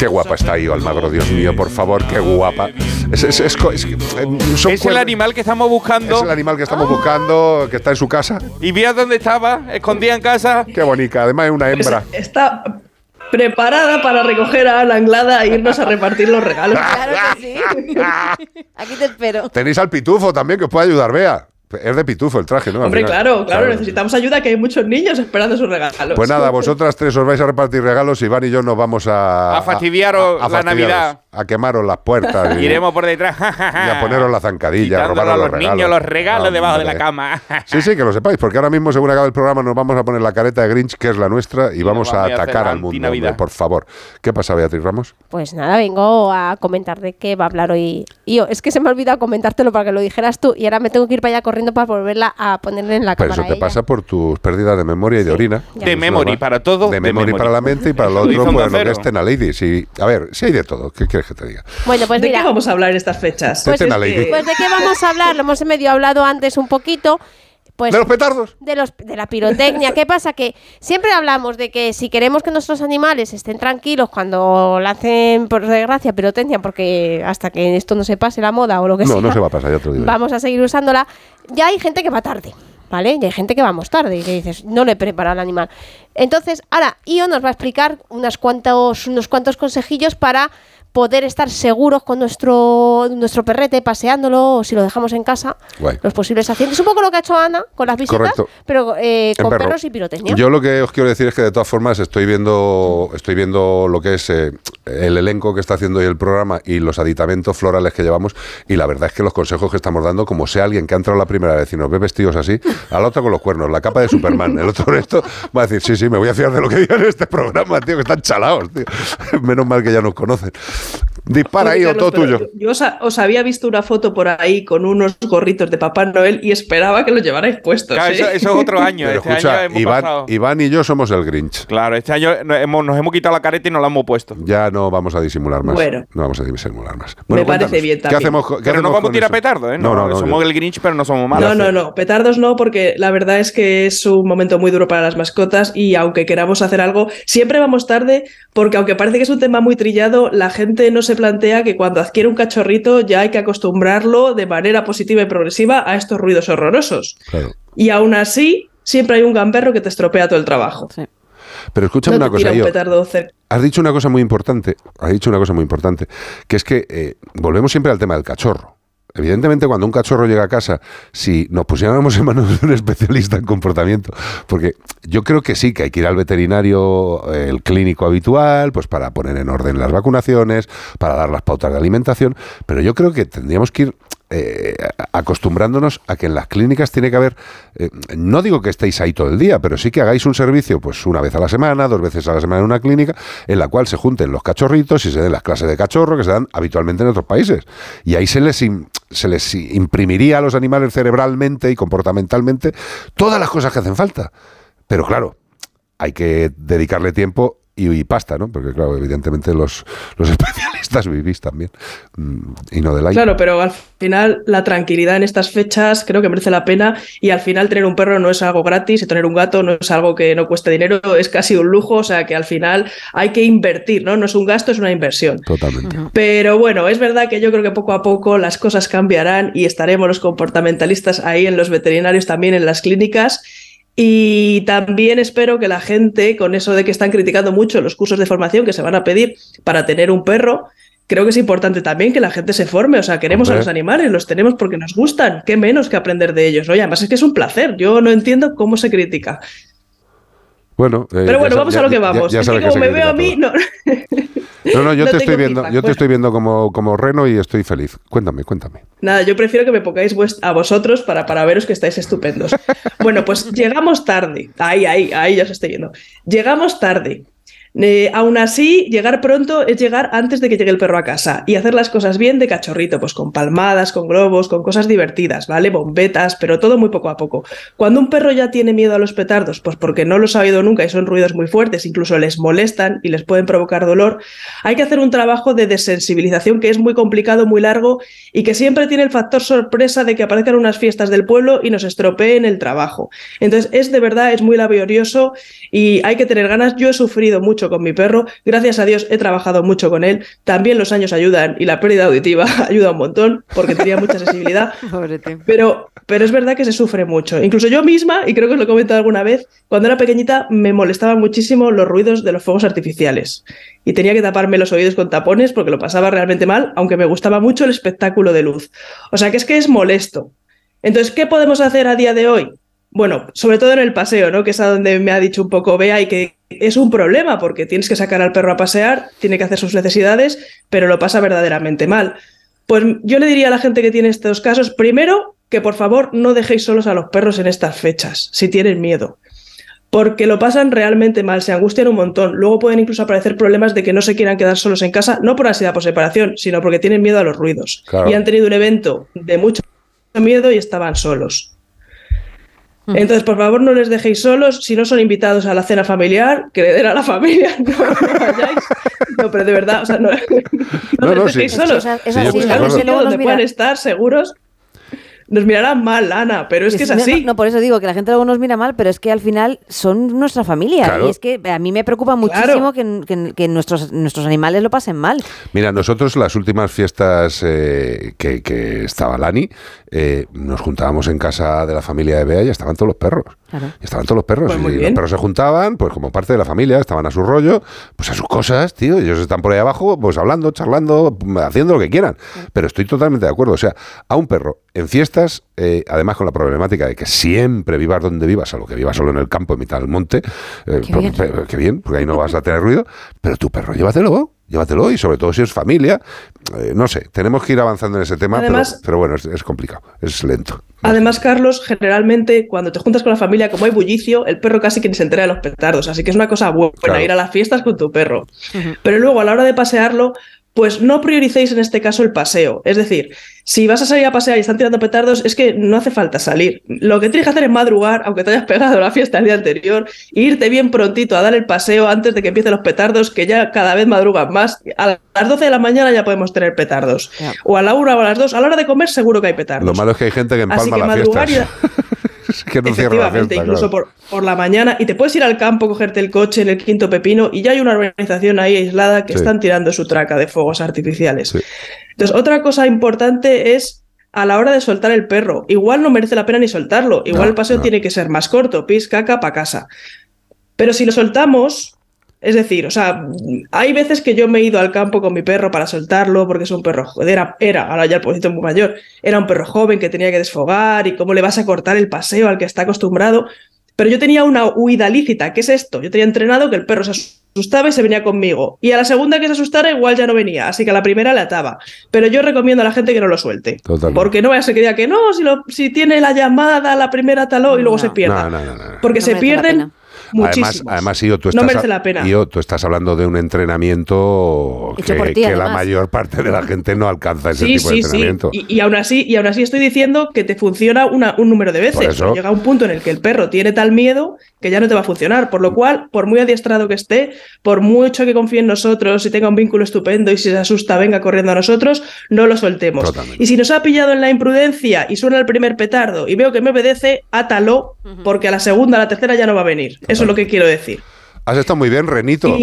Qué guapa está ahí, Almagro, Dios mío, por favor, qué guapa. Es el animal que estamos buscando. Es el animal que estamos buscando, que está en su casa. Y mira dónde estaba, escondida en casa. Qué bonita, además es una hembra. Está preparada para recoger a la Anglada e irnos a repartir los regalos. Claro que sí. Aquí te espero. Tenéis al pitufo también, que os puede ayudar, Bea. Es de pitufo el traje, ¿no? Hombre, claro, necesitamos ayuda, que hay muchos niños esperando sus regalos. Pues nada, vosotras tres os vais a repartir regalos. Iván y yo nos vamos a fastidiaros la Navidad. A quemaros las puertas. Iremos por detrás. Y a poneros la zancadilla, a robaros a los niños los regalos debajo de la cama. Sí, que lo sepáis, porque ahora mismo, según acabe el programa, nos vamos a poner la careta de Grinch, que es la nuestra, y vamos a atacar al mundo. Hombre, por favor. ¿Qué pasa, Beatriz Ramos? Pues nada, vengo a comentar de qué va a hablar hoy. Y es que se me ha olvidado comentártelo para que lo dijeras tú, y ahora me tengo que ir para allá corriendo para volverla a ponerle en la cámara. Pero eso te pasa por tus pérdidas de memoria y de orina. De memory para todo. De memory para la mente y para lo otro, pues lo que es Tena Ladies. A ver, si hay de todo. ¿Qué quieres que te diga? Bueno, pues ¿De mira, qué vamos a hablar en estas fechas? Pues de qué vamos a hablar, lo hemos medio hablado antes un poquito. Pues, ¿de los petardos? De la pirotecnia. ¿Qué pasa? Que siempre hablamos de que si queremos que nuestros animales estén tranquilos cuando lancen, por desgracia, pirotecnia, porque hasta que esto no se pase la moda o lo que sea, no se va a pasar, ya te lo digo. Vamos a seguir usándola. Ya hay gente que va tarde, ¿vale? Y hay gente que vamos tarde y que dices, no le prepara al animal. Entonces, ahora Io nos va a explicar unos cuantos consejillos para poder estar seguros con nuestro perrete paseándolo, o si lo dejamos en casa, los posibles accidentes. Un poco lo que ha hecho Ana con las visitas, correcto, pero con perros y pirotecnia. Yo lo que os quiero decir es que de todas formas estoy viendo lo que es el elenco que está haciendo hoy el programa y los aditamentos florales que llevamos, y la verdad es que los consejos que estamos dando, como sea alguien que ha entrado la primera vez y nos ve vestidos así, a la otra con los cuernos, la capa de Superman, el otro esto, va a decir, sí, me voy a fiar de lo que digan en este programa, tío, que están chalados, tío. Menos mal que ya nos conocen. Dispara ahí, o todo tuyo. Yo os había visto una foto por ahí con unos gorritos de Papá Noel y esperaba que los llevarais puestos. Claro, eso es otro año. Pero este escucha, año hemos pasado. Iván y yo somos el Grinch. Claro, este año nos hemos quitado la careta y nos la hemos puesto. Ya no vamos a disimular más. Bueno. No vamos a disimular más. Bueno, me parece bien también. ¿Qué hacemos pero no vamos a tirar petardos, ¿eh? No, somos el Grinch, pero no somos malos. No, petardos no, porque la verdad es que es un momento muy duro para las mascotas y aunque queramos hacer algo, siempre vamos tarde, porque aunque parece que es un tema muy trillado, la gente no se plantea que cuando adquiere un cachorrito ya hay que acostumbrarlo de manera positiva y progresiva a estos ruidos horrorosos. Claro. Y aún así, siempre hay un gamberro que te estropea todo el trabajo. Sí. Pero escúchame una cosa, has dicho una cosa muy importante, que es que volvemos siempre al tema del cachorro. Evidentemente, cuando un cachorro llega a casa, si nos pusiéramos en manos de un especialista en comportamiento, porque yo creo que sí, que hay que ir al veterinario, el clínico habitual, pues para poner en orden las vacunaciones, para dar las pautas de alimentación, pero yo creo que tendríamos que ir acostumbrándonos a que en las clínicas tiene que haber, no digo que estéis ahí todo el día, pero sí que hagáis un servicio pues una vez a la semana, 2 veces a la semana en una clínica, en la cual se junten los cachorritos y se den las clases de cachorro que se dan habitualmente en otros países. Y ahí se les imprimiría a los animales cerebralmente y comportamentalmente todas las cosas que hacen falta. Pero claro, hay que dedicarle tiempo y pasta, ¿no? Porque claro, evidentemente los especialistas vivís también y no del aire. Claro, pero al final la tranquilidad en estas fechas creo que merece la pena, y al final tener un perro no es algo gratis y tener un gato no es algo que no cueste dinero, es casi un lujo, o sea que al final hay que invertir, ¿no? No es un gasto, es una inversión. Totalmente. Pero bueno, es verdad que yo creo que poco a poco las cosas cambiarán y estaremos los comportamentalistas ahí en los veterinarios, también en las clínicas. Y también espero que la gente, con eso de que están criticando mucho los cursos de formación que se van a pedir para tener un perro, creo que es importante también que la gente se forme. O sea, queremos a los animales, los tenemos porque nos gustan. Qué menos que aprender de ellos. Oye, además es que es un placer. Yo no entiendo cómo se critica. Bueno, pero bueno, vamos a lo que vamos. Ya es que como me veo a mí, no. No, yo te estoy viendo como reno y estoy feliz. Cuéntame. Nada, yo prefiero que me pongáis a vosotros para veros que estáis estupendos. Bueno, pues llegamos tarde. Ahí ya os estoy viendo. Llegamos tarde. Aún así, llegar pronto es llegar antes de que llegue el perro a casa y hacer las cosas bien de cachorrito, pues con palmadas, con globos, con cosas divertidas, ¿vale? Bombetas, pero todo muy poco a poco. Cuando un perro ya tiene miedo a los petardos, pues porque no los ha oído nunca y son ruidos muy fuertes, incluso les molestan y les pueden provocar dolor, hay que hacer un trabajo de desensibilización que es muy complicado, muy largo y que siempre tiene el factor sorpresa de que aparezcan unas fiestas del pueblo y nos estropeen el trabajo. Entonces, de verdad, es muy laborioso y hay que tener ganas. Yo he sufrido mucho mucho con mi perro. Gracias a Dios he trabajado mucho con él. También los años ayudan y la pérdida auditiva ayuda un montón porque tenía mucha sensibilidad. Pero es verdad que se sufre mucho. Incluso yo misma, y creo que os lo he comentado alguna vez, cuando era pequeñita me molestaban muchísimo los ruidos de los fuegos artificiales. Y tenía que taparme los oídos con tapones porque lo pasaba realmente mal, aunque me gustaba mucho el espectáculo de luz. O sea que es molesto. Entonces, ¿qué podemos hacer a día de hoy? Bueno, sobre todo en el paseo, ¿no? Que es a donde me ha dicho un poco Bea y que es un problema porque tienes que sacar al perro a pasear, tiene que hacer sus necesidades, pero lo pasa verdaderamente mal. Pues yo le diría a la gente que tiene estos casos, primero, que por favor no dejéis solos a los perros en estas fechas, si tienen miedo. Porque lo pasan realmente mal, se angustian un montón. Luego pueden incluso aparecer problemas de que no se quieran quedar solos en casa, no por ansiedad por separación, sino porque tienen miedo a los ruidos. Claro. Y han tenido un evento de mucho miedo y estaban solos. Entonces, por favor, no les dejéis solos. Si no son invitados a la cena familiar, que le den a la familia, no vayáis. No, pero de verdad, o sea, no les dejéis solos. Es así, donde puedan estar seguros. Nos mirarán mal, Ana, pero es que es así. No, por eso digo que la gente luego nos mira mal, pero es que al final son nuestra familia. Claro. Y es que a mí me preocupa muchísimo que nuestros animales lo pasen mal. Mira, nosotros las últimas fiestas que estaba Lani, nos juntábamos en casa de la familia de Bea y estaban todos los perros. Claro. Y estaban todos los perros. Pues y los perros se juntaban, pues como parte de la familia, estaban a su rollo, pues a sus cosas, tío. Ellos están por ahí abajo, pues hablando, charlando, haciendo lo que quieran. Claro. Pero estoy totalmente de acuerdo. O sea, a un perro en fiestas, además con la problemática de que siempre vivas donde vivas, a lo que vivas solo en el campo, en mitad del monte, qué bien, porque ahí no vas a tener ruido, pero tu perro llévatelo y sobre todo si es familia, no sé, tenemos que ir avanzando en ese tema, además, pero bueno, es complicado, es lento. Además, Carlos, generalmente cuando te juntas con la familia, como hay bullicio, el perro casi que ni se entera de los petardos, así que es una cosa buena ir a las fiestas con tu perro. Pero luego a la hora de pasearlo, pues no prioricéis en este caso el paseo. Es decir, si vas a salir a pasear y están tirando petardos, es que no hace falta salir. Lo que tienes que hacer es madrugar, aunque te hayas pegado la fiesta el día anterior, e irte bien prontito a dar el paseo antes de que empiecen los petardos, que ya cada vez madrugan más. A las 12 de la mañana ya podemos tener petardos. Yeah. O a la 1 o a las 2. A la hora de comer seguro que hay petardos. Lo malo es que hay gente que empalma las fiestas. Es que no cierra la fiesta, incluso por la mañana, y te puedes ir al campo, cogerte el coche en el Quinto Pepino y ya hay una organización ahí aislada que están tirando su traca de fuegos artificiales. Sí. Entonces, otra cosa importante es a la hora de soltar el perro. Igual no merece la pena ni soltarlo, igual el paseo tiene que ser más corto, pis, caca, pa' casa. Pero si lo soltamos... Es decir, o sea, hay veces que yo me he ido al campo con mi perro para soltarlo porque es un perro, ahora ya el pobrecito es muy mayor, era un perro joven que tenía que desfogar y cómo le vas a cortar el paseo al que está acostumbrado. Pero yo tenía una huida lícita, ¿qué es esto? Yo tenía entrenado que el perro se asustaba y se venía conmigo. Y a la segunda que se asustara igual ya no venía, así que a la primera le ataba. Pero yo recomiendo a la gente que no lo suelte. Totalmente. Porque no vaya a ser que diga que no, si tiene la llamada, la primera taló y luego se pierda. No. Porque se pierden... Además, Io, tú no merece la pena. Tú estás hablando de un entrenamiento que la mayor parte de la gente no alcanza ese tipo de entrenamiento. Sí. Y aún así estoy diciendo que te funciona un número de veces. Llega un punto en el que el perro tiene tal miedo que ya no te va a funcionar. Por lo cual, por muy adiestrado que esté, por mucho que confíe en nosotros y tenga un vínculo estupendo y si se asusta venga corriendo a nosotros, no lo soltemos. Totalmente. Y si nos ha pillado en la imprudencia y suena el primer petardo y veo que me obedece, átalo, porque a la segunda, a la tercera ya no va a venir. Eso es lo que quiero decir. Has estado muy bien, Renito.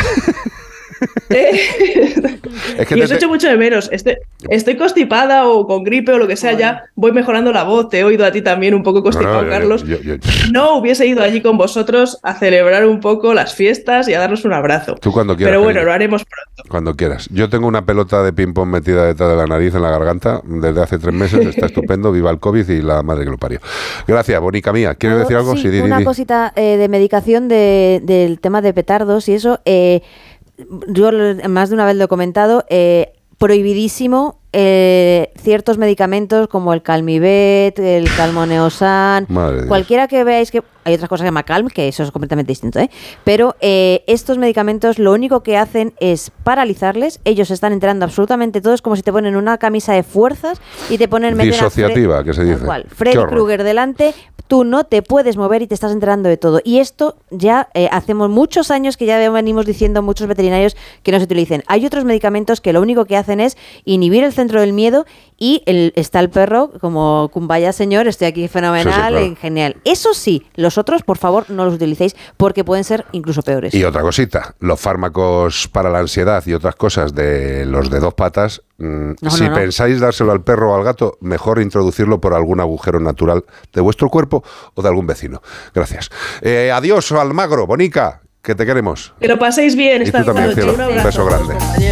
Es que y os echo mucho de menos. Estoy constipada o con gripe o lo que sea, ya voy mejorando la voz. Te he oído a ti también un poco constipado, Carlos. No hubiese ido allí con vosotros a celebrar un poco las fiestas y a darnos un abrazo. Tú cuando quieras. Pero bueno, lo haremos pronto. Cuando quieras. Yo tengo una pelota de ping-pong metida detrás de la nariz en la garganta desde hace 3 meses. Está estupendo. Viva el COVID y la madre que lo parió. Gracias, bonica mía. ¿Quieres decir algo? Sí, una cosita de medicación del tema de petardos y eso. Yo más de una vez lo he comentado, prohibidísimo ciertos medicamentos como el Calmibet, el Calmoneosan, cualquiera que veáis que... Hay otras cosas que se llama Calm, que eso es completamente distinto, pero estos medicamentos lo único que hacen es paralizarles. Ellos se están enterando absolutamente todo. Es como si te ponen una camisa de fuerzas y te ponen... Disociativa, que se dice. Freddy Krueger delante, tú no te puedes mover y te estás enterando de todo. Y esto ya hacemos muchos años que ya venimos diciendo muchos veterinarios que no se utilicen. Hay otros medicamentos que lo único que hacen es inhibir el centro del miedo y está el perro como Kumbaya señor, estoy aquí fenomenal, sí, claro. Genial. Eso sí, los otros, por favor, no los utilicéis porque pueden ser incluso peores. Y otra cosita, los fármacos para la ansiedad y otras cosas de los de 2 patas, si pensáis dárselo al perro o al gato, mejor introducirlo por algún agujero natural de vuestro cuerpo o de algún vecino. Gracias. Adiós, Almagro, Bonica, que te queremos. Que lo paséis bien esta noche. Un beso grande.